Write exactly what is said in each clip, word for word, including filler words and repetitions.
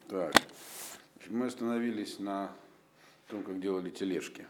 Так, мы остановились на том, как делали тележки.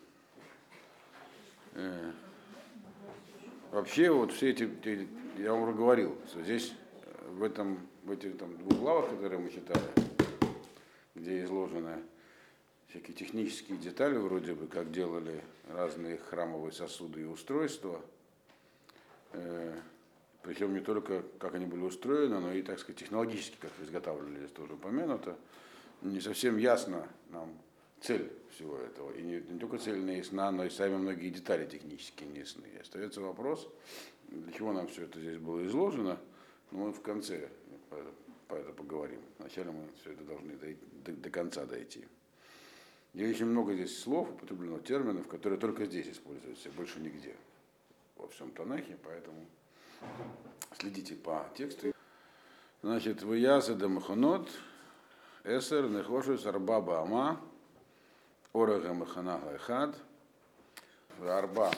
Э, вообще, вот все эти, те- я вам уже говорил, что здесь, э, в этом, в этих там, двух главах, которые мы читали, где изложены всякие технические детали, вроде бы, как делали разные храмовые сосуды и устройства, э, причем не только как они были устроены, но и, так сказать, технологически, как изготавливали, здесь тоже упомянуто. Не совсем ясно нам цель всего этого. И не, не только цель не ясна, но и сами многие детали технические не ясны. И остается вопрос, для чего нам все это здесь было изложено, но мы в конце по, по это поговорим. Вначале мы все это должны дойти, до, до конца дойти. И очень много здесь слов, употреблено терминов, которые только здесь используются, больше нигде во всем Танахе, поэтому следите по тексту. Значит, Вияса де Маханот, Эсер, Нехошус, Арба Баама, Орага Маханага Эхад, Арба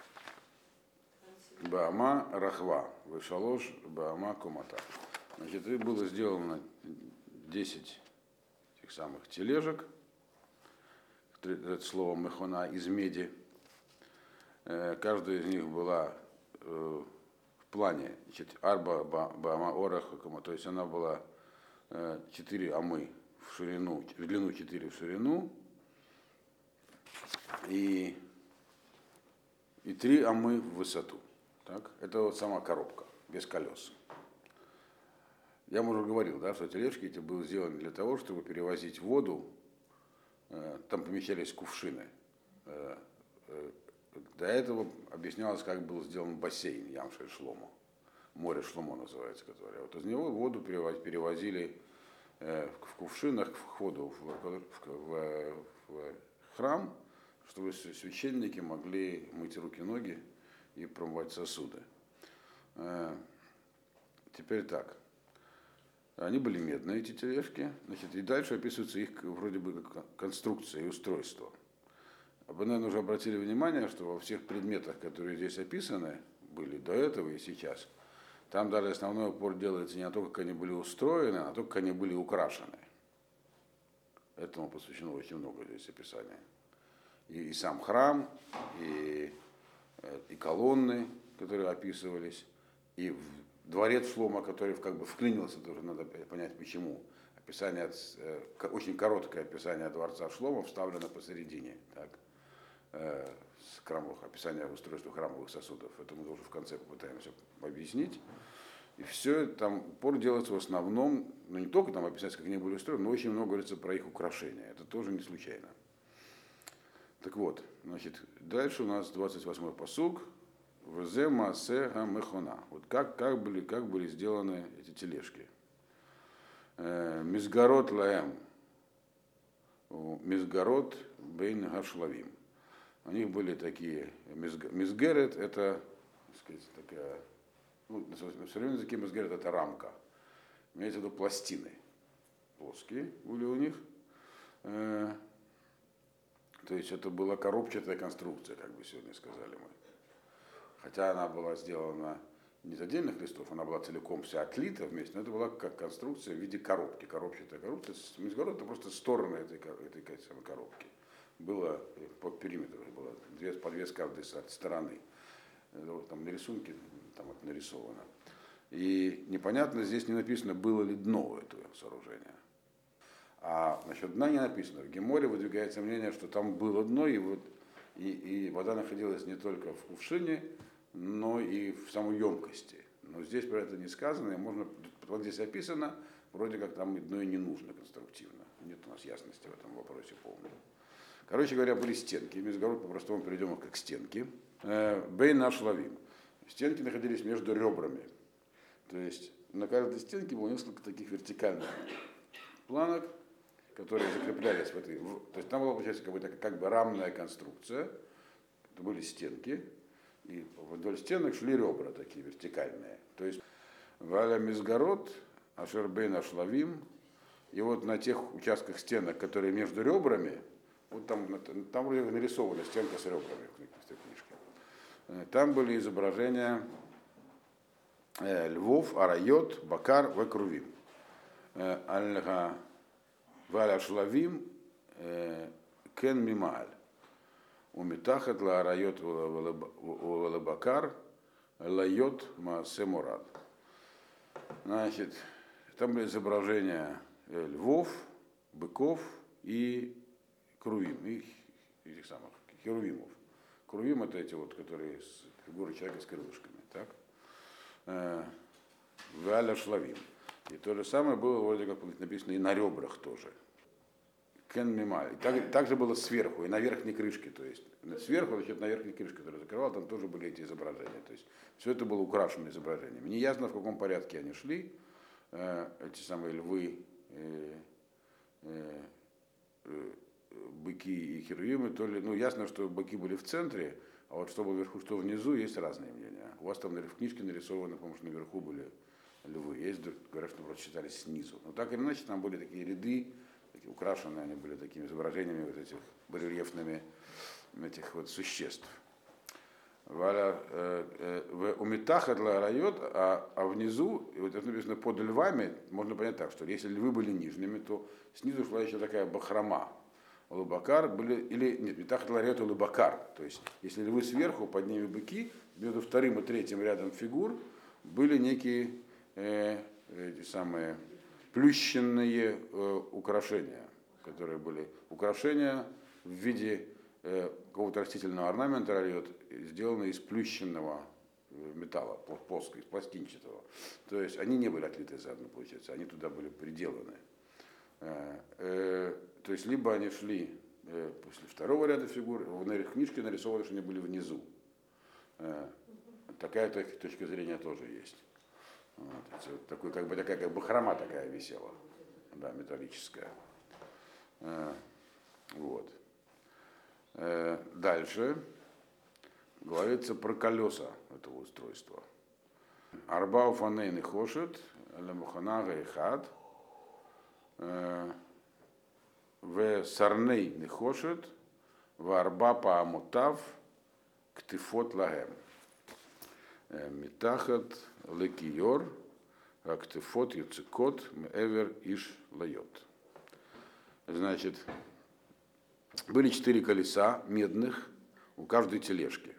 Баама Рахва, Вешалош Баама Комата. Значит, и было сделано десять тех самых тележек, это слово Мехона из меди. Каждая из них была в плане, значит, Арба Баама Ораха, то есть она была четыре амы в ширину, в длину четыре в ширину и, и три амы в высоту. Так? Это вот сама коробка, без колес. Я вам уже говорил, да, что тележки эти были сделаны для того, чтобы перевозить воду. Там помещались кувшины. До этого объяснялось, как был сделан бассейн Ямшель Шломо. Море Шломо называется, которое. Вот из него воду перевозили в кувшинах к входу в, в, в храм, чтобы священники могли мыть руки, ноги и промывать сосуды. Теперь так. Они были медные, эти тележки. Значит, и дальше описывается их вроде бы конструкция и устройство. Вы, наверное, уже обратили внимание, что во всех предметах, которые здесь описаны, были до этого и сейчас, там даже основной упор делается не на то, как они были устроены, а на то, как они были украшены. Этому посвящено очень много здесь описания. И, и сам храм, и, и колонны, которые описывались, и дворец Шломо, который как бы вклинился, тоже надо понять почему. Описание, очень короткое описание дворца Шломо вставлено посередине. Так? С храмовых, описания устройства храмовых сосудов. Это мы тоже в конце попытаемся объяснить. И все там упор делается в основном, ну не только там описать, как они были устроены, но очень много говорится про их украшения. Это тоже не случайно. Так вот, значит, дальше у нас двадцать восьмой пасук. Взе маасе мехона. Вот как, как, были, как были сделаны эти тележки. Мизгарот лаэм. Мизгарот бейн гашлавим. У них были такие, мизгерет, это, так сказать, такая, ну, на современном языке мизгерет это рамка. Имеется в виду пластины плоские были у них. Э, то есть это была коробчатая конструкция, как бы сегодня сказали мы. Хотя она была сделана не из отдельных листов, она была целиком вся отлита вместе, но это была как конструкция в виде коробки, коробчатая коробка. Мизгерет это просто стороны этой, этой, этой самой коробки. Было по периметру, было две, по две с каждой стороны. Там на рисунке там это нарисовано. И непонятно, здесь не написано, было ли дно у этого сооружения. А насчет дна не написано. В Геморе выдвигается мнение, что там было дно, и, вот, и, и вода находилась не только в кувшине, но и в самой емкости. Но здесь про это не сказано, и можно, вот здесь описано, вроде как там и дно и не нужно конструктивно. Нет у нас ясности в этом вопросе полной. Короче говоря, были стенки. Мизгарот по-простому перейдем их как стенки. Бей наш лавим. Стенки находились между ребрами. То есть на каждой стенке было несколько таких вертикальных планок, которые закреплялись в этой. То есть там была, получается, как бы, как бы рамная конструкция. Это были стенки. И вдоль стенок шли ребра такие вертикальные. То есть валя мизгарот, ашер бей наш лавим. И вот на тех участках стенок, которые между ребрами, вот там, там вроде нарисована стенка с ребрами в этой книжке. Там были изображения э, львов, арайот, бакар, векрувим. Альга Валя шлавим кен мималь. Умитахат ла райот улабакар лайот маасе мурад. Значит, там были изображения львов, быков и крувим, и этих самых херувимов. Крувим это эти вот, которые с фигурой человека с крылышками, так? Валя шлавим. И то же самое было, вроде как написано, и на ребрах тоже. Кен мималь. Так, также было сверху, и на верхней крышке, то есть сверху, значит, на верхней крышке, которую закрывал, там тоже были эти изображения. То есть все это было украшено изображениями. Не ясно, в каком порядке они шли, э, эти самые львы, э, э, э, быки и херувимы, то ли, ну, ясно, что быки были в центре, а вот что было вверху, что внизу, есть разные мнения. У вас там в книжке нарисовано, потому что наверху были львы. Есть, говорят, что просто считались снизу. Но так или иначе, там были такие ряды, такие украшенные, они были такими изображениями вот этих барельефными этих вот существ. Валя в умитахат ла райот, а, а внизу, и вот это написано под львами, можно понять так, что если львы были нижними, то снизу шла еще такая бахрома. Лубакар были, или нет, метахат ла райот лубакар. То есть, если львы сверху, под ними быки, между вторым и третьим рядом фигур были некие э, эти самые плющенные э, украшения, которые были украшения в виде э, какого-то растительного орнамента райот, сделанные из плющенного металла, плоского, из пластинчатого. То есть они не были отлиты заодно, получается, они туда были приделаны. Э, э, то есть либо они шли э, после второго ряда фигур, в книжке нарисовано, что они были внизу. Э, такая точка зрения тоже есть. Вот, такой, как бы, такая как бы хрома такая висела, да, металлическая. Э, вот. Э, дальше говорится про колеса этого устройства. Арбау фанейн и хошет, лемуханага и хад, в сарней не хошет, в арба паамутав, ктифот лагем. Митахат лекиор, актефот юцикот, эвер иш лайот. Значит, были четыре колеса медных у каждой тележки.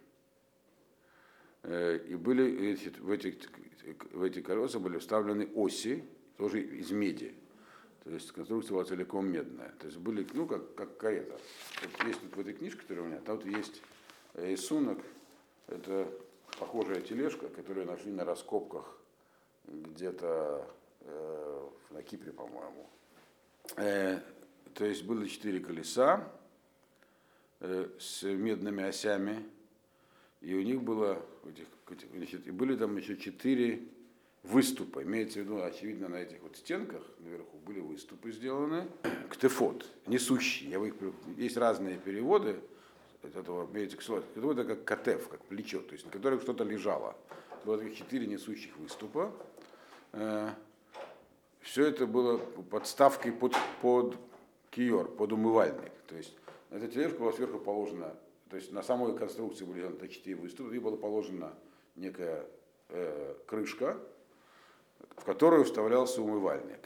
И были в эти, в эти колеса были вставлены оси, тоже из меди. То есть конструкция была целиком медная. То есть были, ну, как, как карета. Вот есть вот в этой книжке, которая у меня, там вот есть рисунок, это похожая тележка, которую нашли на раскопках где-то э, на Кипре, по-моему. Э, то есть было четыре колеса э, с медными осями, и у них было, этих, значит, и были там еще четыре выступа. Имеется в виду, очевидно, на этих вот стенках наверху были выступы сделаны. Ктефот, несущие. Я, есть разные переводы. Этого, это как катеф, как плечо, то есть на которых что-то лежало. Было таких четыре несущих выступа. Все это было подставкой под, под киор, под умывальник. То есть на эту тележку была сверху положена, то есть на самой конструкции были четыре выступа, и была положена некая э, крышка, в которую вставлялся умывальник.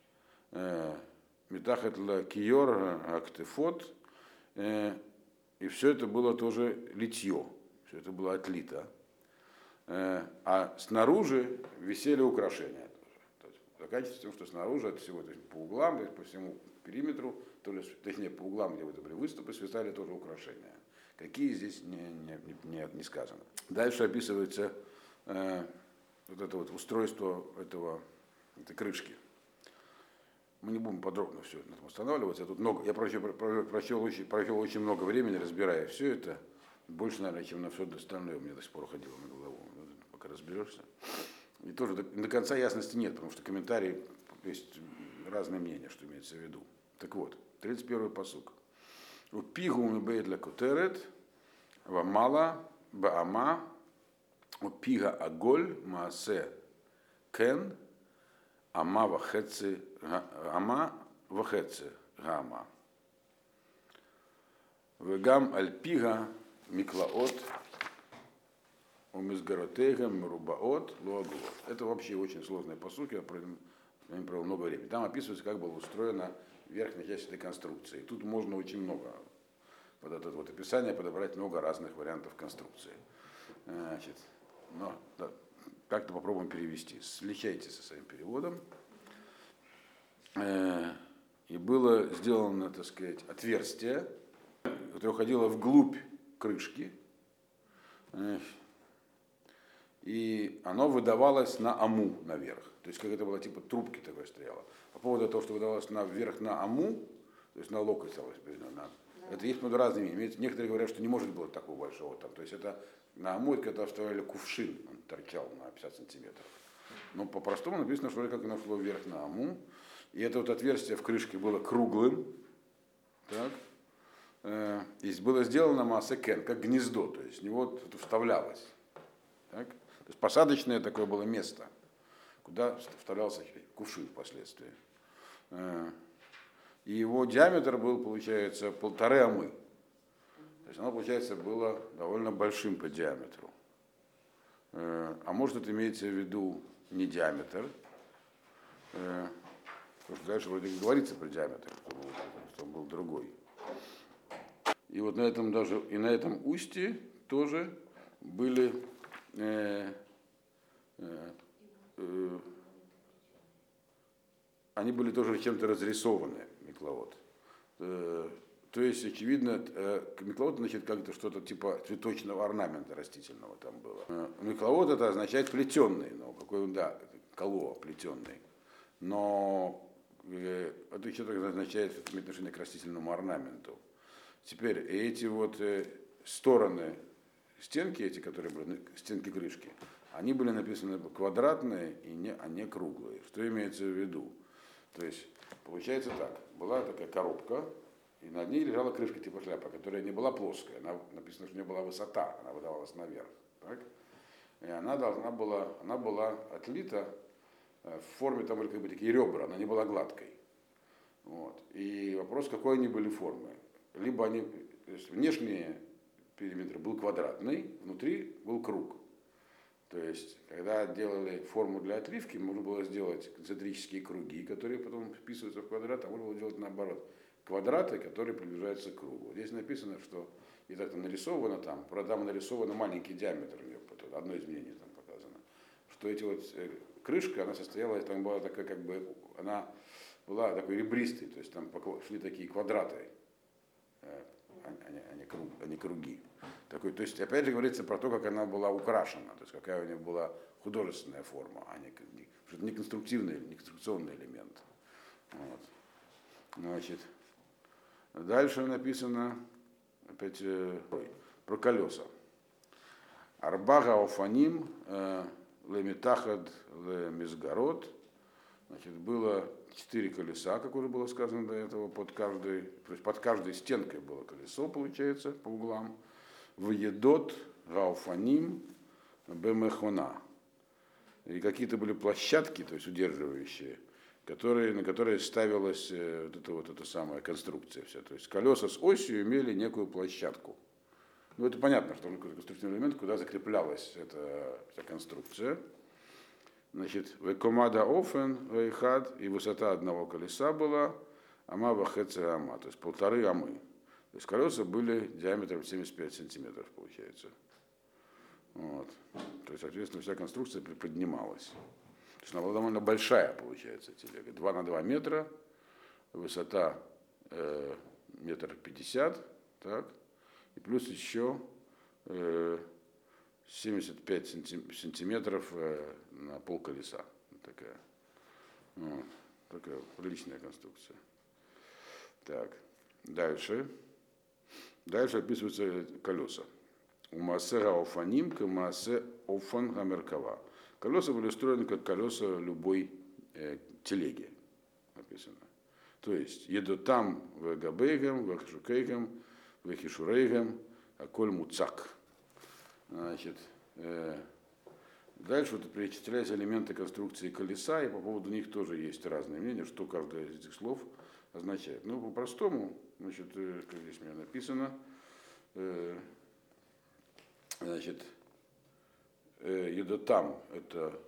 Метахат ла киор актефот. И все это было тоже литье, все это было отлито. А снаружи висели украшения тоже. Заканчивается тем, что снаружи от всего, то есть по углам, то есть по всему периметру, то ли, точнее по углам, где вот были выступы, свисали тоже украшения. Какие здесь не, не, не, не сказано. Дальше описывается э, вот это вот устройство этого, этой крышки. Мы не будем подробно все на этом останавливаться. Я, тут много, я прочел, прочел, очень, прочел очень много времени, разбирая все это. Больше, наверное, чем на все остальное у меня до сих пор ходило на голову. Пока разберешься. И тоже до, до конца ясности нет, потому что комментарии есть разные мнения, что имеется в виду. Так вот, тридцать первый пасук. У пигу мебей для кутерет, вамала, баама, у пига аголь, маасе кен, ама вахеци, ама вахеци гама. Вегам альпига миклаот, умизгаротега мирубаот луагулот. Это вообще очень сложные посуки, я провел много времени. Там описывается, как была устроена верхняя часть этой конструкции. И тут можно очень много под это вот описание подобрать много разных вариантов конструкции. Значит, но да, как-то попробуем перевести. Сличайте со своим переводом. И было сделано, так сказать, отверстие, которое уходило вглубь крышки. И оно выдавалось на аму наверх. То есть как это было типа трубки такой стояло. По поводу того, что выдавалось наверх на аму, то есть на локоть, на, это есть много разных мнений. Некоторые говорят, что не может быть такого большого там. То есть это на аму, это когда вставляли кувшин, он торчал на пятьдесят сантиметров. Но по-простому написано, что как оно шло вверх на аму. И это вот отверстие в крышке было круглым. Так. И было сделано маасекен, как гнездо, то есть в него вставлялось. Так. То есть посадочное такое было место, куда вставлялся кувшин впоследствии. И его диаметр был, получается, полторы амы. То есть оно, получается, было довольно большим по диаметру. А может, это имеется в виду не диаметр, потому что дальше вроде говорится про диаметр, что он был другой. И вот на этом даже, и на этом устье тоже были э, э, э, они были тоже чем-то разрисованы, миклавод. Э, то есть, очевидно, э, миклавод, значит, как-то что-то типа цветочного орнамента растительного там было. Э, миклавод это означает плетенный, ну, какой, да, коло плетенный. Но э, это еще так означает, что имеет отношение к растительному орнаменту. Теперь эти вот э, стороны стенки, эти, которые были, стенки крышки, они были написаны квадратные, и не, а не круглые. Что имеется в виду? То есть, получается так, была такая коробка, и над ней лежала крышка типа шляпа, которая не была плоская, она, написано, что у нее была высота, она выдавалась наверх. Так? И она должна была, она была отлита в форме, там были как бы такие ребра, она не была гладкой. Вот. И вопрос, какой они были формы. Либо они, то есть внешний периметр был квадратный, внутри был круг. То есть, когда делали форму для отливки, можно было сделать концентрические круги, которые потом вписываются в квадрат, а можно было делать наоборот. Квадраты, которые приближаются к кругу. Здесь написано, что, и так нарисовано там, там нарисовано маленький диаметр у нее, одно из мнений там показано, что эти вот, крышка, она состояла, там была такая, как бы, она была такой ребристой, то есть там шли такие квадраты, а не, а не, круг, а не круги. Такой, то есть, опять же, говорится про то, как она была украшена, то есть, какая у нее была художественная форма, а не, не, что это не конструктивный, не конструкционный элемент. Вот. Значит, дальше написано опять э, про колеса. Арбага офаним лемитахад лемизгарот. Значит, было четыре колеса, как уже было сказано до этого, под каждой, то есть под каждой стенкой было колесо, получается, по углам. Вьедот гауфаним бемехона. И какие-то были площадки, то есть удерживающие, которые, на которые ставилась э, вот эта вот эта самая конструкция вся. То есть колеса с осью имели некую площадку. Ну, это понятно, что он конструктивный элемент, куда закреплялась эта, эта конструкция. Значит, векомада офен, вейхад, и высота одного колеса была, ама вахеце ама, то есть полторы амы. То есть колеса были диаметром семьдесят пять сантиметров, получается. Вот. То есть, соответственно, вся конструкция приподнималась. То есть она была довольно большая, получается, телега. два на два метра, высота э, метр пятьдесят, так, и плюс еще э, семьдесят пять сантиметров э, на пол колеса. Такая, вот, такая приличная конструкция. Так, дальше. Дальше описываются колеса. У Маасе Гаофаним к Маасе Офан Гамеркава. Колеса были устроены как колеса любой э, телеги, написано. То есть едут там в Габейгам, в Хашукейгам, в Хишурейгам, Аколь Муцак. Значит, э, дальше вот перечисляются элементы конструкции колеса, и по поводу них тоже есть разные мнения, что каждое из этих слов означает. Ну, по-простому, значит, э, как здесь у меня написано, э, значит, э, едотам это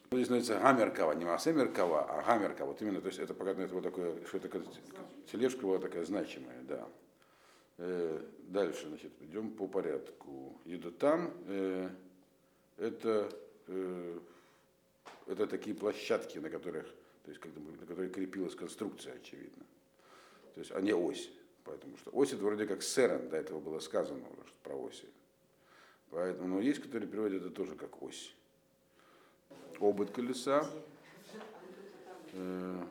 Здесь называется гамеркова, не масемеркова, а гамеркова. Вот именно, то есть это показывает вот такое, что это тележка была такая значимая, да. Э, дальше, значит, идем по порядку. Едутам э, это, э, это такие площадки, на которых, то есть, как, на которых крепилась конструкция, очевидно. То есть, а не ось. Потому что ось это вроде как серен, до этого было сказано уже про оси. Поэтому, но есть, которые переводят это тоже как ось. Обод колеса, э,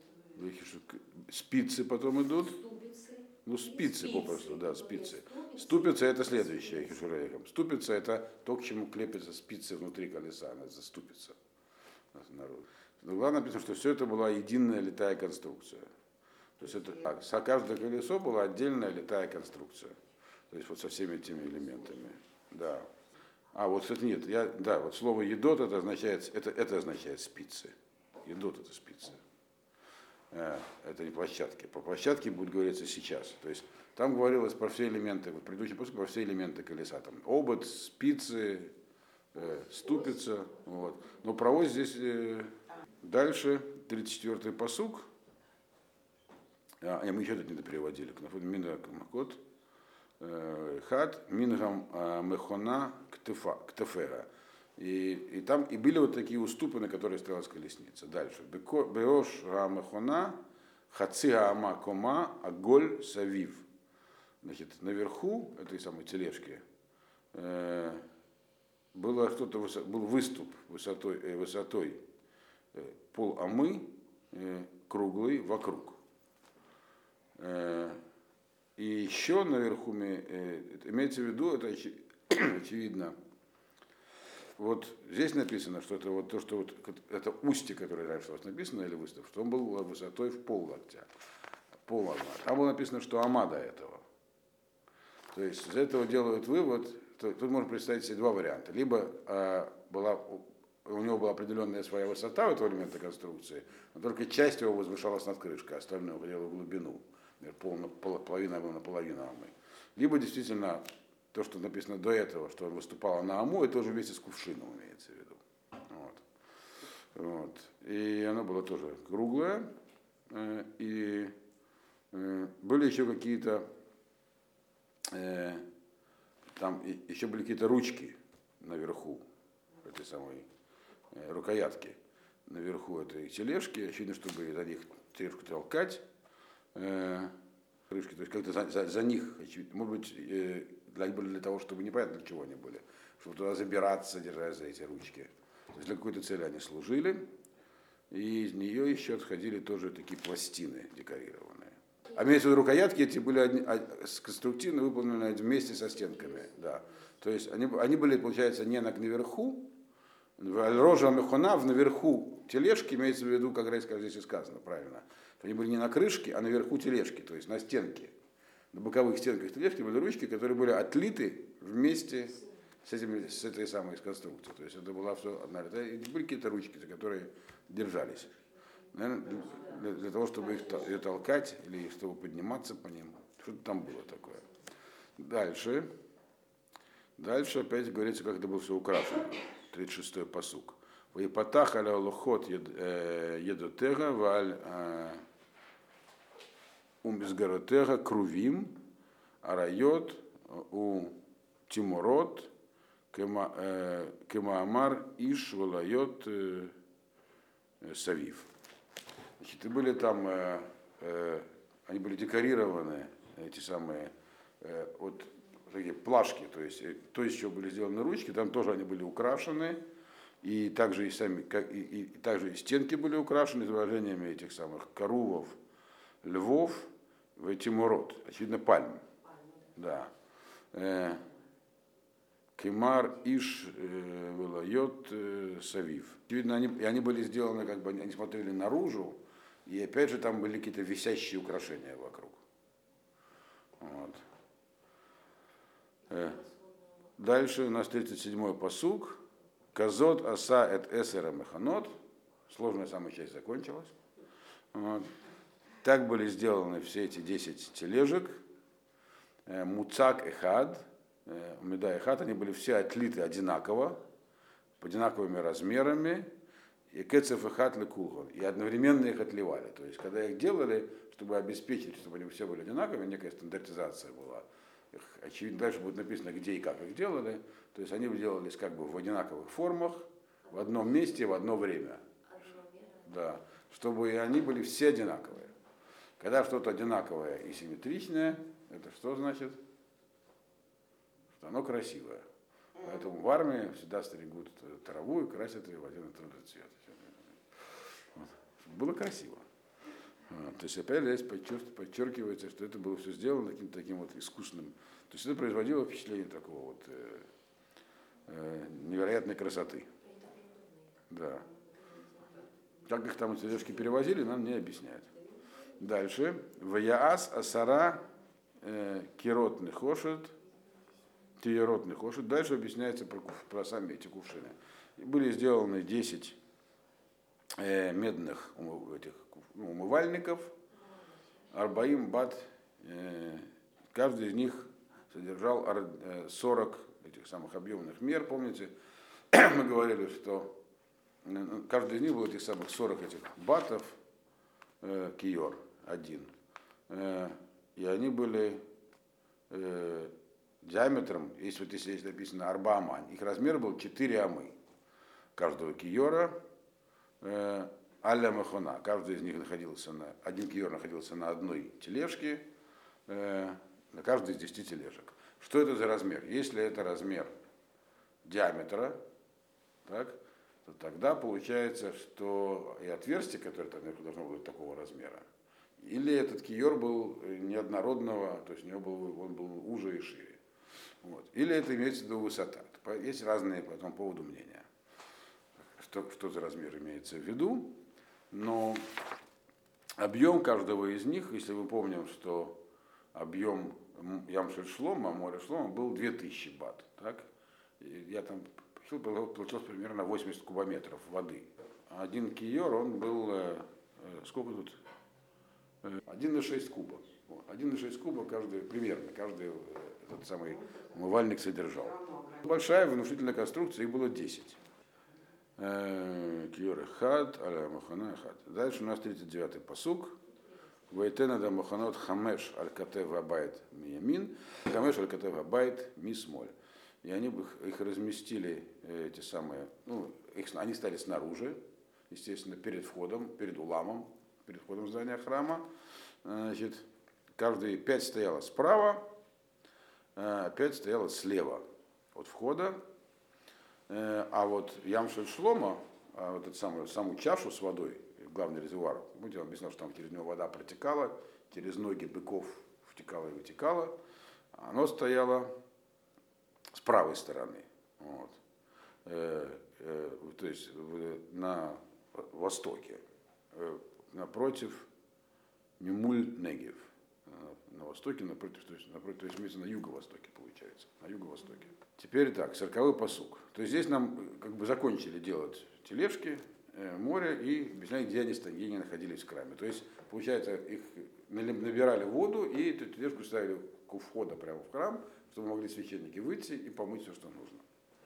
спицы потом идут. Ну, спицы попросту, да, спицы. Ступица это следующее, хишурейхам. Ступица это то, к чему крепятся спицы внутри колеса, это ступица. Но главное написано, что все это была единая летая конструкция. То есть это так, каждое колесо была отдельная летая конструкция. То есть вот со всеми этими элементами. Да. А вот, кстати, нет, я, да, вот слово едот это означает, это, это означает спицы. Едот это спицы. Э, это не площадки. По площадке будет говориться сейчас. То есть там говорилось про все элементы, вот предыдущий пуск про все элементы колеса. Там обод, спицы, э, ступица. Вот. Но про ось здесь э, дальше, тридцать четвёртый пасук. А, мы еще тут не допереводили. Кот. Хат Мингам Мехона Ктефера. И, и там и были вот такие уступы, на которые стоялась колесница. Дальше. Беош Мехона Хаци Ама Кома Аголь Савив. Значит, наверху этой самой тележки э, было что-то, был выступ высотой, э, высотой э, пол амы э, круглый вокруг. Э, И еще наверху, имеется в виду, это очевидно, вот здесь написано, что это вот то, что вот это устье, которое раньше у вас написано, или выставка, что он был высотой в пол локтя, пол ама. Там было написано, что ама до этого. То есть из этого делают вывод, то, тут можно представить себе два варианта. Либо а, была, у него была определенная своя высота у этого элемента конструкции, но только часть его возвышалась над крышкой, а остальное уходило в глубину. Пол, пол, половина была наполовину амы. Либо действительно то, что написано до этого, что он выступал на аму, это уже вместе с кувшином имеется в виду. Вот. Вот. И оно было тоже круглое. И были еще какие-то там еще были какие-то ручки наверху этой самой рукоятки наверху этой тележки, очевидно, чтобы за них тележку толкать. Крышки, то есть как-то за, за, за них, может быть, для, для того, чтобы непонятно для чего они были, чтобы туда забираться, держась за эти ручки. То есть для какой-то цели они служили, и из нее еще отходили тоже такие пластины декорированные. А имеется в виду рукоятки, эти были одни, конструктивно выполнены вместе со стенками. Да. То есть они, они были, получается, не на, наверху, рожа мехона, наверху тележки, имеется в виду, как здесь и сказано, правильно. Они были не на крышке, а наверху тележки, то есть на стенке. На боковых стенках тележки были ручки, которые были отлиты вместе с, этими, с этой самой конструкцией. То есть это была все одна. Это были какие-то ручки, за которые держались. Наверное, для, для того, чтобы их ее толкать или чтобы подниматься по ним. Что-то там было такое. Дальше. Дальше опять говорится, как это было все украшено. тридцать шестой пасук. Ваипатах аля лохот едотега валь умбизгаротега крувим арайот у тимурот кемаамар иш валайот савив. Значит, и были там, они были декорированы, эти самые, вот такие плашки, то есть то, из чего были сделаны ручки, там тоже они были украшены. И также и, сами, как, и, и, и также и стенки были украшены изображениями этих самых корувов, львов, в тимурот, очевидно, пальм. Да. Э, Кемар Иш Вилайот Савив. Очевидно, они, и они были сделаны, как бы они смотрели наружу, и опять же там были какие-то висящие украшения вокруг. Вот. Э, дальше у нас тридцать седьмой пасук. Казот аса эт эсера механот. Сложная самая часть закончилась. Вот. Так были сделаны все эти десять тележек. Муцак эхад. Меда эхад. Они были все отлиты одинаково, с одинаковыми размерами. и кецев и хатлы кулгон, и одновременно их отливали. То есть, когда их делали, чтобы обеспечить, чтобы они все были одинаковые, некая стандартизация была. Их, очевидно, дальше будет написано, где и как их делали. То есть они делались как бы в одинаковых формах, в одном месте, в одно время. Да, чтобы и они были все одинаковые. Когда что-то одинаковое и симметричное, это что значит? Что оно красивое. Поэтому в армии всегда стригут траву и красят ее в один и тот же цвет. Вот. Чтобы было красиво. Вот. То есть опять здесь подчеркивается, что это было все сделано каким-то таким вот искусственным. То есть это производило впечатление такого вот э, э, невероятной красоты. Да. Как их там эти девушки перевозили, нам не объясняют. Дальше. Ваяас асара э, киротный хошет. Тиеротный хошет. Дальше объясняется про, про сами эти кувшины. И были сделаны десять э, медных умыв, этих, ну, умывальников. Арбаим бат. Э, каждый из них содержал э, сорок этих самых объемных мер. Помните, мы говорили, что каждый из них был этих самых сорок этих батов, э, киор, один. Э, и они были э, диаметром, если вот здесь написано арба амань, их размер был четыре амы каждого киора, э, аля махона. Каждый из них находился на, один киор находился на одной тележке, э, на каждой из десяти тележек. Что это за размер? Если это размер диаметра, так, то тогда получается, что и отверстие, которое там должно быть такого размера, или этот киор был неоднородного, то есть у него был, он был уже и шире. Вот. Или это имеется в виду высота. Есть разные по этому поводу мнения, что, что за размер имеется в виду. Но объем каждого из них, если мы помним, что объем Ямшель Шлома, море Шлома, был две тысячи бат. Так? И я там получилось примерно восемьдесят кубометров воды. Один киор, он был, э, сколько тут? один и шесть куба. Вот. один и шесть куба каждый, примерно, каждый этот самый умывальник содержал. Большая внушительная конструкция, их было десять. Киоры хад, аля махана хад. Дальше у нас тридцать девятый пасук. Вайтена да маханот хамеш аль-катев абайт миямин, хамеш аль-катев абайт мисмоль. И они их, их разместили, эти самые, ну, их, они стали снаружи, естественно, перед входом, перед уламом, перед входом в здание храма. Значит, каждые пять стояло справа, пять стояло слева от входа. А вот Ямшель Шлома, вот эту самую, саму чашу с водой, главный резервуар, помните, я вам объяснил, что там через него вода протекала, через ноги быков втекала и вытекала, оно стояло с правой стороны. Вот. Э, э, то есть на востоке, э, напротив Мимуль-Негев. На востоке, напротив, то есть, напротив, то есть имеется на юго-востоке, получается. На юго-востоке. Теперь так, сороковой пасук. То есть здесь нам как бы закончили делать тележки, э, море и объясняли, где они, где они находились в храме. То есть, получается, их набирали воду и эту тележку ставили у входа прямо в храм, чтобы могли священники выйти и помыть все, что нужно.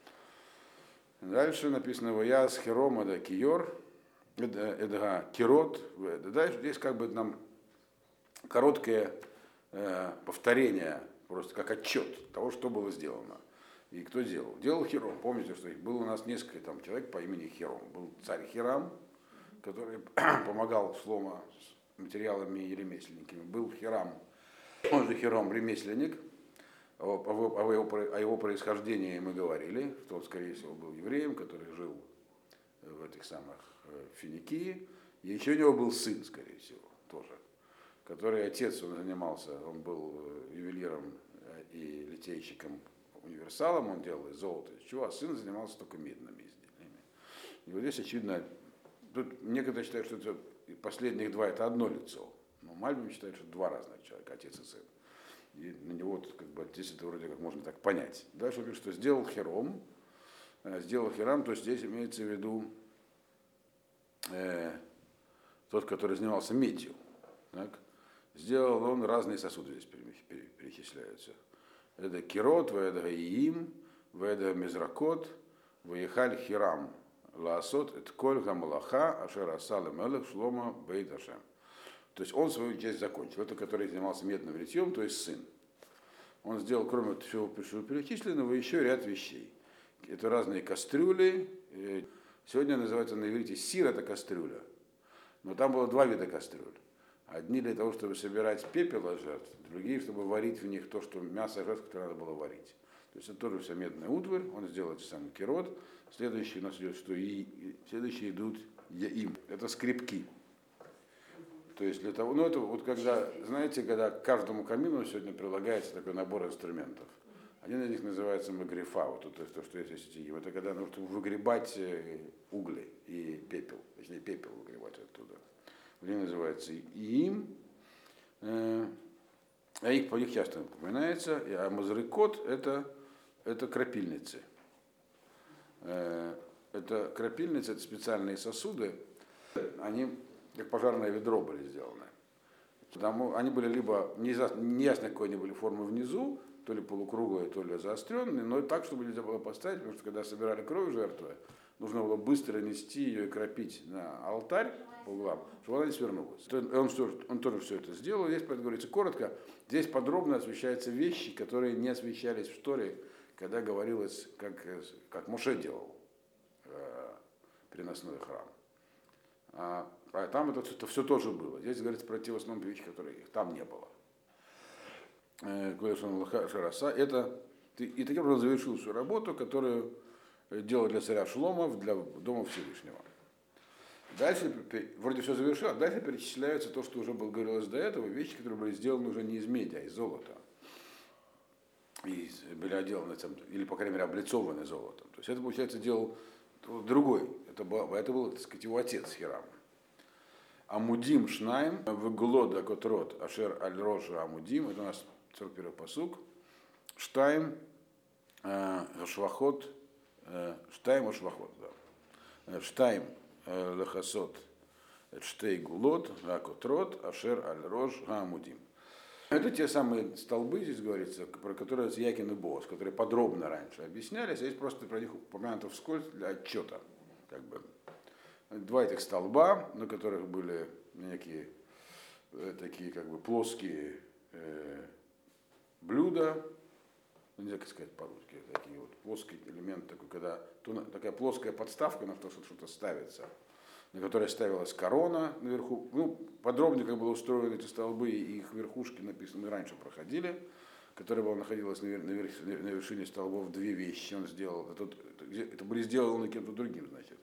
Дальше написано «Ваяс хером эда киор», эдга кирот. Дальше здесь как бы нам короткое э, повторение, просто как отчет того, что было сделано. И кто делал? Делал Хиром. Помните, что их было у нас несколько там человек по имени Хиром. Был царь Хирам, который помогал Шломо с материалами и ремесленниками. Был Хирам, он же Хиром, ремесленник. О, о, о, его, о его происхождении мы говорили, что он, скорее всего, был евреем, который жил в этих самых Финикии. И еще у него был сын, скорее всего, тоже, который отец, он занимался, он был ювелиром и литейщиком, универсалом, он делал из золота, из чего, а сын занимался только медными изделиями. И вот здесь, очевидно, тут некоторые считают, что это, последних два это одно лицо, но Мальбим считает, что два разных человека, отец и сын. И на него вот, как бы, здесь это вроде как можно так понять. Дальше он говорит, что сделал Хиром, сделал Хирам, то есть здесь имеется в виду э, тот, который занимался медью. Так? Сделал он разные сосуды, здесь перечисляются. Это кирот, вэдга иим, вэдга мизракот, вэехаль хирам, лаасот эт коль гамалаха ашер асал мелех шлома бейт Ашем. То есть он свою часть закончил. Это который занимался медным ритьем, то есть сын. Он сделал, кроме всего перечисленного, еще ряд вещей. Это разные кастрюли. Сегодня называется на иврите сир, это кастрюля. Но там было два вида кастрюль. Одни для того, чтобы собирать пепел от жертв, другие, чтобы варить в них то, что мясо жертв, которое надо было варить. То есть это тоже вся медная утварь, он сделал этот самый кирот. Следующий у нас идет, что и, и следующие идут яим. Это скрипки. То есть для того, ну это вот когда, знаете, когда к каждому камину сегодня прилагается такой набор инструментов. Один из них называется магрифа, вот то, есть то, что есть стихи. Это когда нужно выгребать угли и пепел, точнее пепел выгребать оттуда. Один называется иим, э, а их, их часто упоминается, а мазрикот это, это крапильницы. Э, это крапильницы, это специальные сосуды, они как пожарное ведро были сделаны. Потому они были либо неясно какой они были формы внизу, то ли полукруглые, то ли заостренные, но так, чтобы нельзя было поставить, потому что когда собирали кровь жертвы, нужно было быстро нести ее и кропить на алтарь по углам, чтобы она не свернулась. Он, он тоже все это сделал. Здесь, говорится коротко, здесь подробно освещаются вещи, которые не освещались в Торе, когда говорилось, как, как Моше делал э, переносной храм. А, а там это, это все тоже было. Здесь говорится про те в основном вещи, которые их там не было. Это, и таким образом завершил всю работу, которую делал для царя Шлома для Дома Всевышнего. Дальше, вроде все завершил, а дальше перечисляется то, что уже было говорилось до этого, вещи, которые были сделаны уже не из меди, а из золота. И были отделаны, или, по крайней мере, облицованы золотом. То есть это, получается, делал другой. Это был, это был, так сказать, его отец Хирам. Амудим Шнаим, Веглода Котрот, Ашер Аль-Роша Амудим, это у нас сорок первый пасук. Штайм, Швахот, Штайм и Швахот, да. Штайм, Лехасот, Штей Гулот, Акотрот, Ашер Аль-Рош Амудим. Это те самые столбы, здесь говорится, про которые Якин и Боас, которые подробно раньше объяснялись, а здесь просто про них упомянуто вскользь для отчета. Как бы. Два этих столба, на которых были некие э, такие как бы плоские э, блюда, ну, нельзя сказать по-русски, такие вот плоский элемент, такой, когда то, такая плоская подставка, на что что-то ставится, на которой ставилась корона наверху. Ну, подробнее как было устроены эти столбы, и их верхушки написаны раньше проходили, которая была находилась на, вер, на, вер, на вершине столбов две вещи он сделал. Это, это, это были сделаны кем-то другим, значит.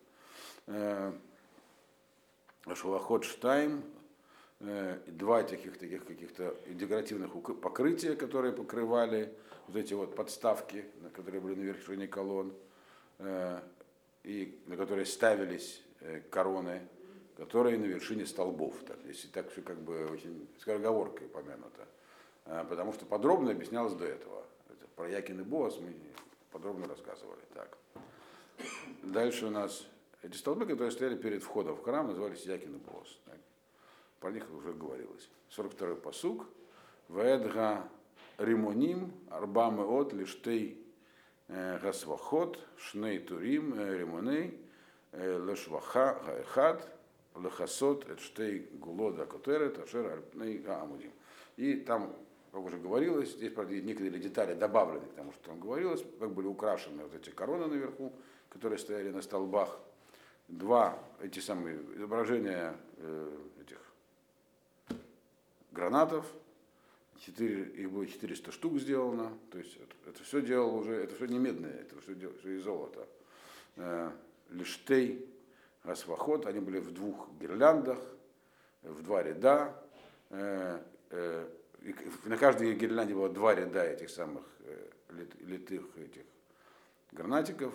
Швахот Штайм, два таких таких каких-то декоративных покрытия, которые покрывали вот эти вот подставки, которые были на вершине колонн, и на которые ставились короны, которые на вершине столбов. Так, если так все как бы очень скороговоркой упомянуто. Потому что подробно объяснялось до этого. Это про Якин и Боас мы подробно рассказывали. Так. Дальше у нас эти столбы, которые стояли перед входом в храм, назывались Якин и Боас. Про них уже говорилось. сорок второй пасук. Вэдга римоним арбамы от лиштей гасвахот шней турим римоней лешваха гаэхат лехасот эдштей гулода котерет ашер альпней гаамудим. И там, как уже говорилось, здесь, правда, некоторые детали добавлены к тому, что там говорилось, как были украшены вот эти короны наверху, которые стояли на столбах. Два эти самые изображения э, этих гранатов, четыре, их было четыреста штук сделано, то есть это, это все делал уже, это все не медное, это все, делал, все из золота. Э, Лиштей, Асвахот, они были в двух гирляндах, в два ряда, э, э, и на каждой гирлянде было два ряда этих самых э, литых этих гранатиков,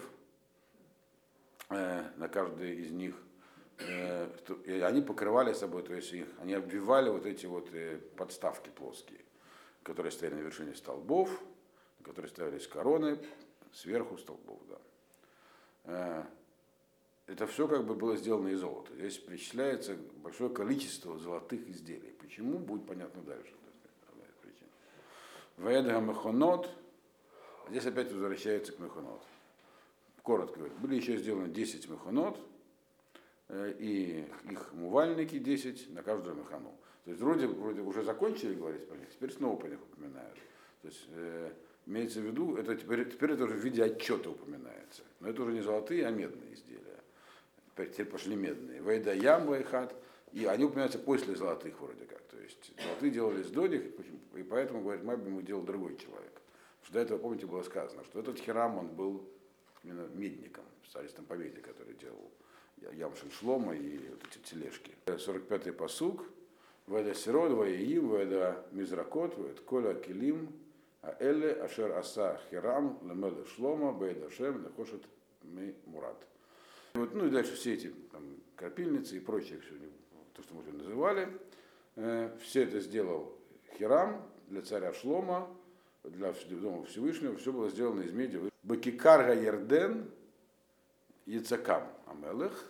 на каждой из них, и они покрывали собой, то есть их, они обвивали вот эти вот подставки плоские, которые стояли на вершине столбов, на которые ставились короны, сверху столбов, да. Это все как бы было сделано из золота. Здесь перечисляется большое количество золотых изделий. Почему, будет понятно дальше. Вэдга мехонот, здесь опять возвращается к мехонот. коротко говоря, были еще сделаны десять механот, и их умывальники десять на каждую механу. То есть вроде, вроде уже закончили говорить про них, теперь снова про них упоминают. То есть э, имеется в виду, это теперь, теперь это уже в виде отчета упоминается. Но это уже не золотые, а медные изделия. Теперь, теперь пошли медные. Вейда ям вейхат, и они упоминаются после золотых вроде как. То есть золотые делались до них, и поэтому, говорит, Мабим их делал другой человек. Потому что до этого, помните, было сказано, что этот Хирам, он был именно медником, в Старом Повете, который делал Ямшин Шлома и вот эти тележки. сорок пятый пасук. Веда сирот, ваиим, веда мизракот, вед коля килим, а эле ашер аса хирам, лемеле шлома, бейда шем, лехошет ми мурат. Вот, ну и дальше все эти там, крапильницы и прочее, все, то, что мы уже называли. Э, все это сделал Хирам для царя Шлома, для Дома Всевышнего. Все было сделано из меди. Бакикарга Ерден, Яцакам Амелех,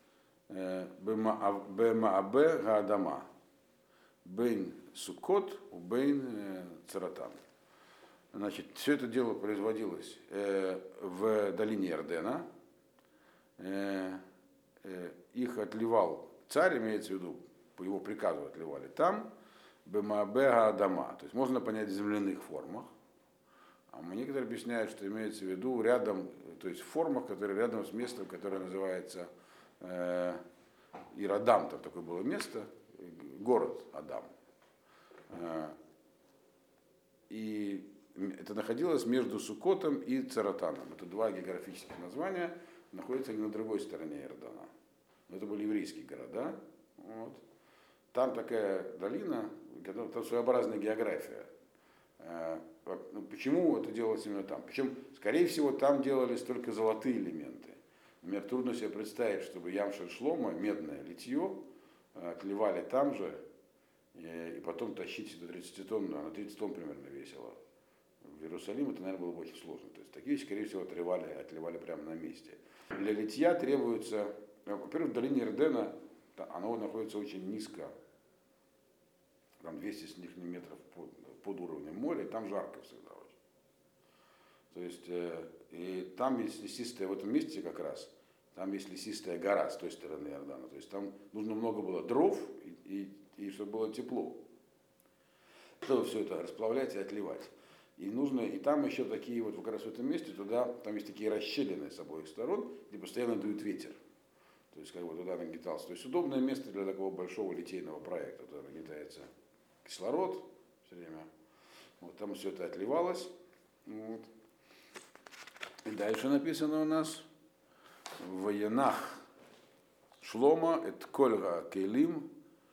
Бемаабе Гаадама. Бейн Сукот, Бейн Царатан. Значит, все это дело производилось э, в долине Иордена. Э, э, их отливал царь, имеется в виду, по его приказу отливали там, Бемаабега Адама. То есть можно понять в земляных формах. А некоторые объясняют, что имеется в виду рядом, то есть в формах, которые рядом с местом, которое называется э, Иродам, там такое было место, город Адам. И это находилось между Сукотом и Царатаном. Это два географических названия, находятся на другой стороне Иордана. Но это были еврейские города. Вот. Там такая долина, там своеобразная география. Почему это делалось именно там? Причем, скорее всего, там делались только золотые элементы. Мне трудно себе представить, чтобы Ямшин Шлома, медное литье, отливали там же, и потом тащить до тридцати тонн, а на тридцать тонн примерно весило. В Иерусалим это, наверное, было бы очень сложно. То есть такие вещи, скорее всего, отливали, отливали прямо на месте. Для литья требуется, во-первых, в долине Иордена оно находится очень низко, там двести с лишним метров под, под уровнем моря, и там жарко всегда очень. То есть, и там есть лесистая, в этом месте как раз, там есть лесистая гора с той стороны Иордана. То есть там нужно много было дров, и, и и чтобы было тепло, чтобы все это расплавлять и отливать. И нужно, и там еще такие вот, как раз в этом месте, туда, там есть такие расщелины с обоих сторон, где постоянно дует ветер. То есть как бы туда нагнетался. То есть удобное место для такого большого литейного проекта. Туда нагнетается кислород все время. Вот там все это отливалось. Вот. И дальше написано у нас в Военах Шлома, это Кольга Кейлим,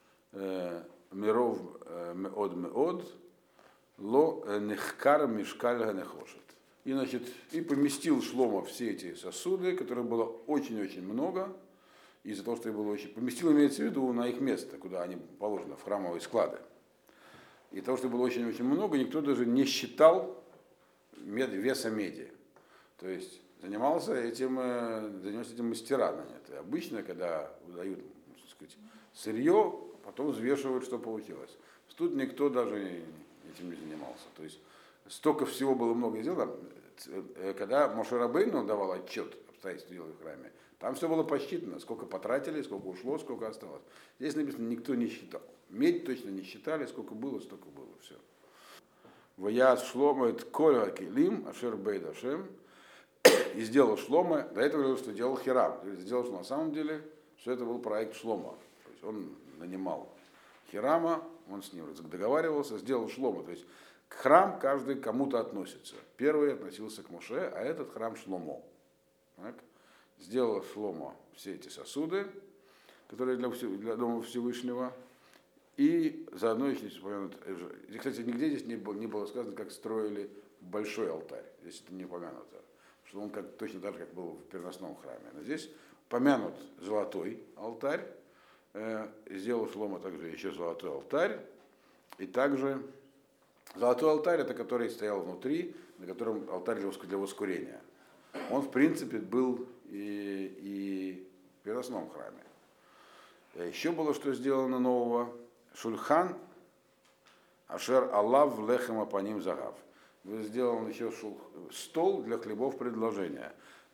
Миров меод меод, ло нехкар мишкаль ганехошет. И, значит, и поместил Шлома все эти сосуды, которых было очень-очень много, из-за того, что их было очень... Поместил, имеется в виду, на их место, куда они положены, в храмовые склады. И того, что было очень-очень много, никто даже не считал мед, веса меди. То есть занимался этим, занимался этим мастера нанятые. Обычно, когда выдают, так сказать, сырье, потом взвешивают, что получилось. Тут никто даже этим не занимался. То есть столько всего было много сделано. Когда Моше Рабейну давал отчет обстоятельств дела в храме, там все было посчитано, сколько потратили, сколько ушло, сколько осталось. Здесь написано, никто не считал. Медь точно не считали, сколько было, столько было. Все. Ваяс Шлома это Коля Келим, Ашер Бейд Ашем. И сделал Шлома, до этого говорил, что делал Хирам. То есть сделал, что на самом деле, что это был проект Шлома. То есть он нанимал Хирама, он с ним договаривался, сделал Шлома. То есть к храм каждый кому-то относится. Первый относился к Моше, а этот храм Шломо. Так? Сделал Шломо все эти сосуды, которые для, для Дома Всевышнего, и заодно их здесь упомянут. Кстати, нигде здесь не было, не было сказано, как строили большой алтарь. Здесь это не упомянуто. Что он как, точно так же, как был в переносном храме. Но здесь помянут золотой алтарь. Э, сделал Шломо также еще золотой алтарь. И также золотой алтарь, это который стоял внутри, на котором алтарь для воскурения. Он, в принципе, был и, и в переносном храме. Еще было, что сделано нового. Шульхан Ашер Аллав Лехема Паним Загав. Сделан еще шул, стол для хлебов предложения.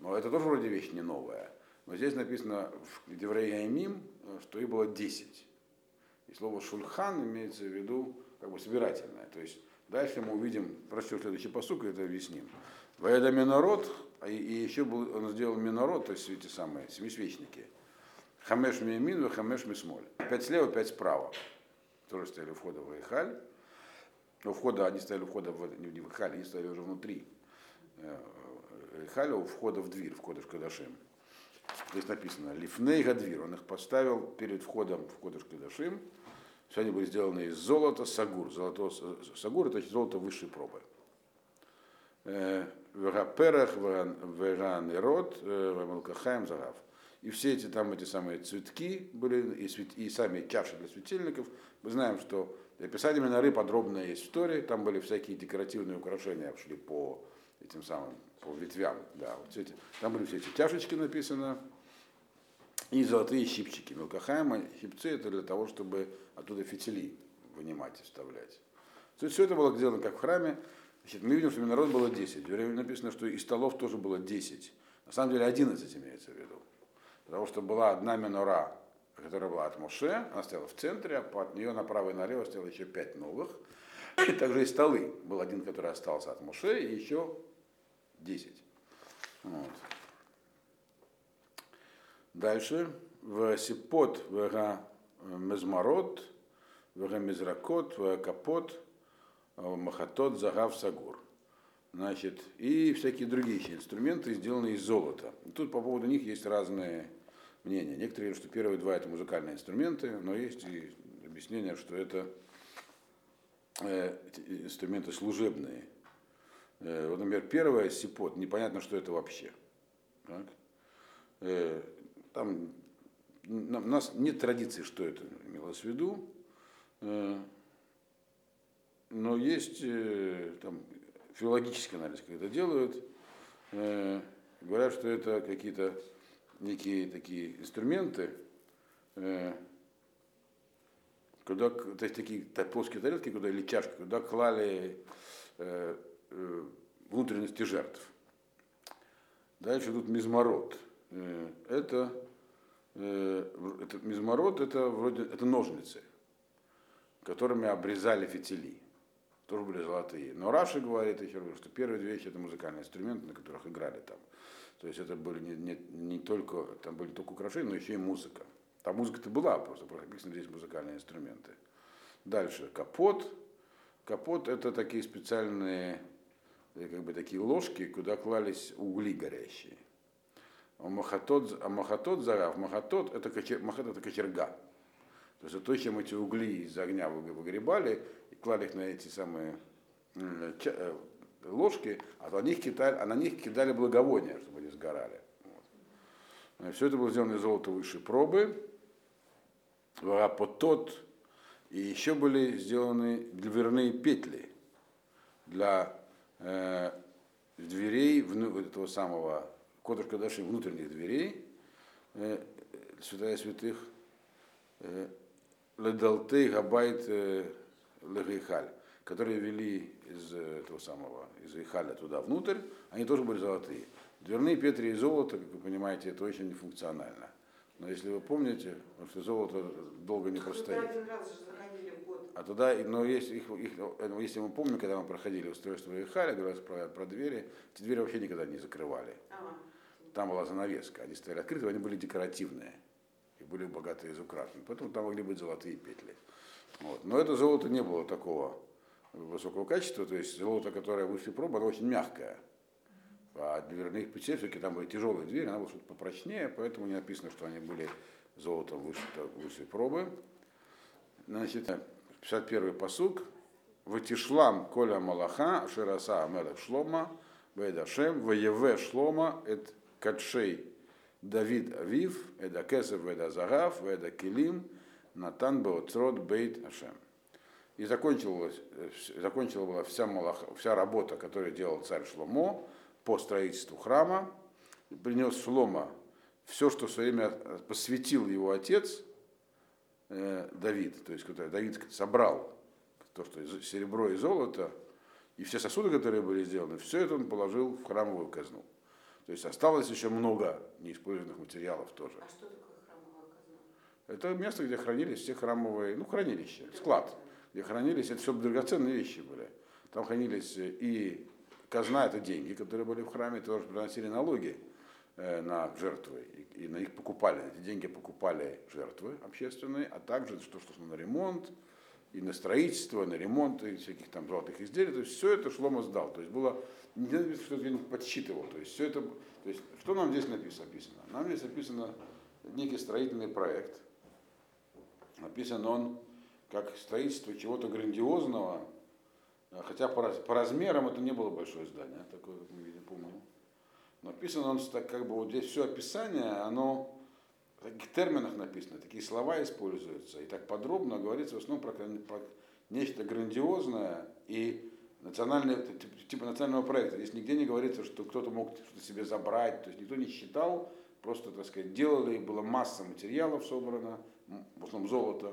Но это тоже вроде вещь не новая. Но здесь написано в Деврей Аймим, что их было десять. И слово шульхан имеется в виду как бы собирательное. То есть дальше мы увидим, прочтем следующий пасук, и это объясним. Ваэда минород, и еще был, он сделал минород, то есть эти самые семисвечники. Хамеш миямин, хамеш мисмоль. Пять слева, пять справа. Тоже стояли у входа в Эйхаль. У входа, они стояли у входа в, не в Эйхаль, они стояли уже внутри Эйхаля, у входа в дверь, входа в Кадашим. Здесь написано Лифней Гадвир, он их поставил перед входом в Кодыш Кадашим. Все они были сделаны из золота сагур. Золото, сагур это золото высшей пробы. Вегаперах, веганерот, вемалкахаем загав. И все эти там эти самые цветки были, и, свет, и сами чаши для светильников. Мы знаем, что описание миноры подробно есть в Торе, там были всякие декоративные украшения, шли по этим самым, по ветвям. Да, вот эти, там были все эти чашечки написаны, и золотые щипчики. Мелкахайма, щипцы это для того, чтобы оттуда фитили вынимать и вставлять. То есть все это было сделано как в храме. Значит, мы видим, что минород было десять. Написано, что и столов тоже было десять. На самом деле одиннадцать имеется в виду. Потому что была одна минора, которая была от Моше, она стояла в центре, а от нее направо и налево стояло еще пять новых. И также и столы. Был один, который остался от Моше, и еще десять. Вот. Дальше. В сипот, в мезмарот, в мизракот, в капот, в махатот, загав, сагур. Значит, и всякие другие еще инструменты, сделанные из золота. И тут по поводу них есть разные мнения. Некоторые говорят, что первые два это музыкальные инструменты, но есть и объяснение, что это э, инструменты служебные. Э, вот, например, первое сипот, непонятно, что это вообще. Так? Э, там у нас нет традиции, что это имелось в виду, э, но есть э, там филологический анализ, когда делают, э, говорят, что это какие-то некие такие инструменты, э, куда, то есть такие плоские тарелки, куда, или чашки, куда клали э, э, внутренности жертв. Дальше тут мизмарот. Э, это, э, это мизмарот, это вроде это ножницы, которыми обрезали фитили. Тоже были золотые. Но Раши говорит еще раз, что первые две вещи это музыкальные инструменты, на которых играли там. То есть это были не, не, не только, там были только украшения, но еще и музыка. Там музыка-то была, просто написано здесь музыкальные инструменты. Дальше капот. Капот это такие специальные, как бы такие ложки, куда клались угли горящие. А махатот, а махатот зарав, махатот это, кочер, махат, это кочерга. То есть это то, чем эти угли из огня выгребали, и клали их на эти самые ложки, а на них кидали, а на них кидали благовония, чтобы они сгорали. Вот. Все это было сделано из золота высшей пробы. Потот, и еще были сделаны дверные петли для э, дверей вну, этого самого Кодыш Кадашим, внутренних дверей, э, святая святых, э, Ледалтей Габайт Легейхаль, которые вели из этого самого, из Эйхаля туда внутрь, они тоже были золотые. Дверные петли из золота, как вы понимаете, это очень нефункционально. Но если вы помните, потому что золото долго не простоит. А туда, но если, их, их, если мы помним, когда мы проходили устройство Эйхаля, говорилось про, про двери, эти двери вообще никогда не закрывали. Ага. Там была занавеска, они стояли открыты, они были декоративные. И были богато изукрашены. Поэтому там могли быть золотые петли. Вот. Но это золото не было такого высокого качества, то есть золото, которое высшей пробы, оно очень мягкое. А дверных петель, все-таки там были тяжелые двери, она была что-то попрочнее, поэтому не написано, что они были золотом высшей, высшей пробы. Значит, пятьдесят первый пасук. Ватишлам коля малаха, шираса амелах шлома, вейдашем, ваеве шлома, эт кадшей Давид Авив, Эда Кесев, Эда Загав, Эда Килим, Натан Беоцрот Бейт Ашем. И закончилась, закончила была вся, малаха, вся работа, которую делал царь Шломо по строительству храма. Принес Шломо все, что в свое время посвятил его отец э, Давид. То есть, когда Давид собрал то, что серебро и золото, и все сосуды, которые были сделаны, все это он положил в храмовую казну. То есть осталось еще много неиспользованных материалов тоже. А что такое храмовая казна? Это место, где хранились все храмовые, ну, хранилища, склад, где хранились, это все драгоценные вещи были. Там хранились и казна, это деньги, которые были в храме, тоже приносили налоги э, на жертвы, и, и на них покупали, эти деньги покупали жертвы общественные, а также что, что шло на ремонт, и на строительство, на ремонт, и всяких там золотых изделий, то есть все это Шломо сдал, то есть было, не надо, что я подсчитывал, то есть все это, то есть что нам здесь написано? Нам здесь написано некий строительный проект, написан он как строительство чего-то грандиозного, хотя по, по размерам это не было большое здание, такое, как мы видим, помним. Но написано он так, как бы вот здесь все описание, оно в таких терминах написано, такие слова используются, и так подробно говорится в основном про, про нечто грандиозное и национальное, типа национального проекта. Здесь нигде не говорится, что кто-то мог что-то себе забрать, то есть никто не считал, просто, так сказать, делали, была масса материалов собрана, в основном золото.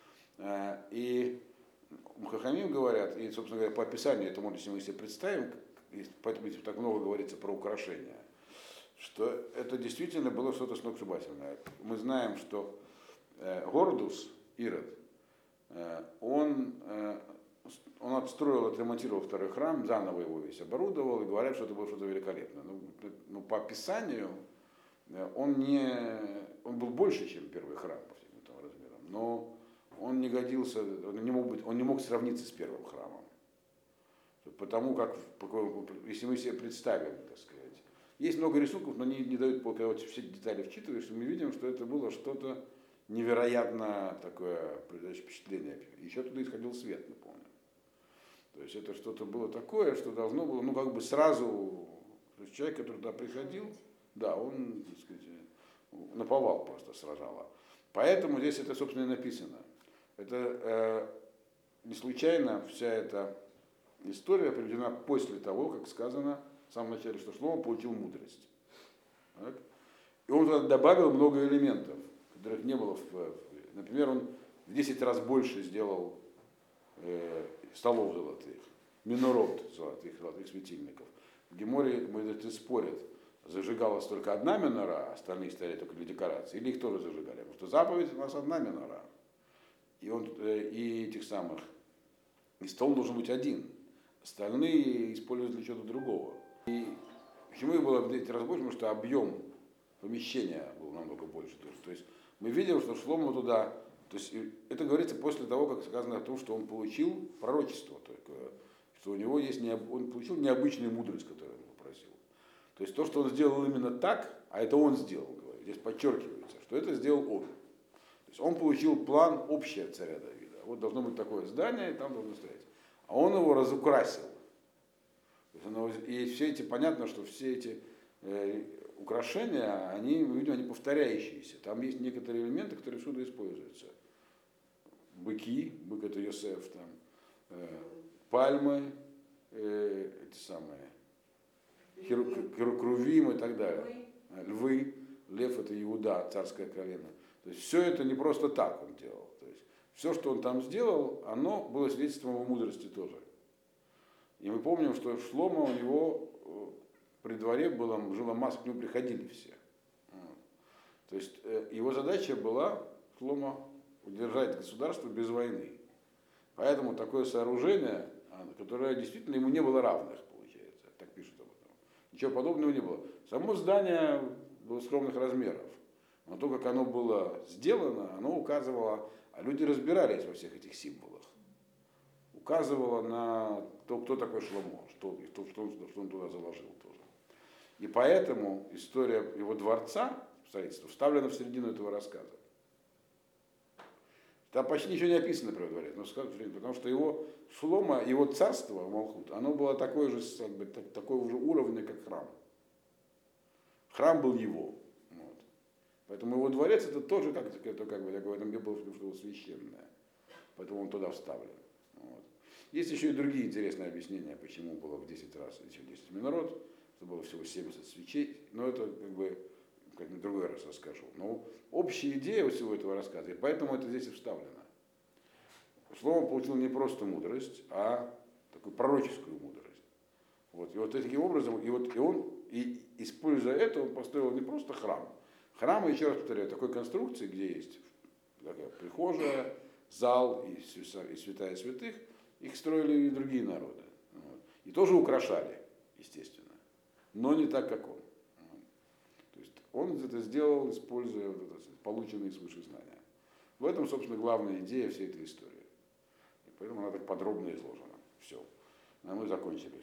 И Хахамим говорят, и, собственно говоря, по описанию, это можно, если мы себе представим, поэтому так много говорится про украшения, что это действительно было что-то сногсшибательное. Мы знаем, что э, Гордус, Ирод, э, он, э, он отстроил, отремонтировал второй храм, заново его весь оборудовал, и говорят, что это было что-то великолепное. Ну, ну, по описанию э, он, не, он был больше, чем первый храм по всем этим размерам, но он не годился, он не мог быть, он не мог сравниться с первым храмом. Потому как, если мы себе представим, так сказать, есть много рисунков, но не, не дают, когда вот все детали вчитываешься, мы видим, что это было что-то невероятно такое, производящее впечатление. Еще туда исходил свет, мы помним. То есть это что-то было такое, что должно было, ну как бы сразу, то есть человек, который туда приходил, да, он, так сказать, наповал просто сражало. Поэтому здесь это, собственно, и написано. Это э, не случайно вся эта история приведена после того, как сказано в самом начале, что Шломо получил мудрость. Так? И он туда добавил много элементов, которых не было. В, например, он в десять раз больше сделал э, столов золотых, минород золотых, золотых светильников. В Геморе мудрецы спорят, зажигалась только одна минора, а остальные стояли только для декорации, или их тоже зажигали. Потому что заповедь у нас одна минора. И, он, и этих самых, и стол должен быть один. Остальные используют для чего-то другого. И почему их было в десять раз больше? Потому что объем помещения был намного больше. То есть, то есть мы видим, что Шломо туда, то есть это говорится после того, как сказано о том, что он получил пророчество, только, что у него есть, необ, он получил необычную мудрость, которую он попросил. То есть то, что он сделал именно так, а это он сделал, говорю, здесь подчеркивается, что это сделал он. То есть он получил план общий от царя Давида. Вот должно быть такое здание, и там должно стоять. А он его разукрасил. И все эти, понятно, что все эти э, украшения, они, мы видим, они повторяющиеся. Там есть некоторые элементы, которые всюду используются. Быки, бык это Йосеф, там, э, пальмы, э, эти самые, херукрувим и так далее. Львы, лев это Иуда, царское колено. То есть все это не просто так он делал. То есть все, что он там сделал, оно было свидетельством его мудрости тоже. И мы помним, что Шломо у него при дворе было, жила масса, к нему приходили все. То есть его задача была, Шломо, удержать государство без войны. Поэтому такое сооружение, которое действительно ему не было равных, получается, так пишут об этом. Ничего подобного не было. Само здание было скромных размеров. Но то, как оно было сделано, оно указывало, а люди разбирались во всех этих символах, указывало на то, кто такой Шломо, что, что, что, он, что он туда заложил тоже. И поэтому история его дворца, строительства, вставлена в середину этого рассказа. Там почти ничего не описано про его дворец, но потому что его Шломо, его царство, Малхут, оно было такое же, как бы, такого же уровня, как храм. Храм был его. Вот. Поэтому его дворец это тоже как, это, как бы, в этом не было, что было священное. Поэтому он туда вставлен. Вот. Есть еще и другие интересные объяснения, почему было в десять раз, еще десять минород, что было всего семьдесят свечей, но это как бы как-нибудь другой раз расскажу. Но общая идея всего этого рассказа, и поэтому это здесь и вставлено. Шломо получил не просто мудрость, а такую пророческую мудрость. Вот. И вот таким образом, и, вот, и он, и, используя это, он построил не просто храм. Храм, еще раз повторяю, такой конструкции, где есть такая прихожая, зал и, и святая святых, их строили и другие народы. Вот. И тоже украшали, естественно, но не так, как он. Вот. То есть он это сделал, используя вот это, полученные свыше знания. В этом, собственно, главная идея всей этой истории. И поэтому она так подробно изложена. Все. А мы закончили.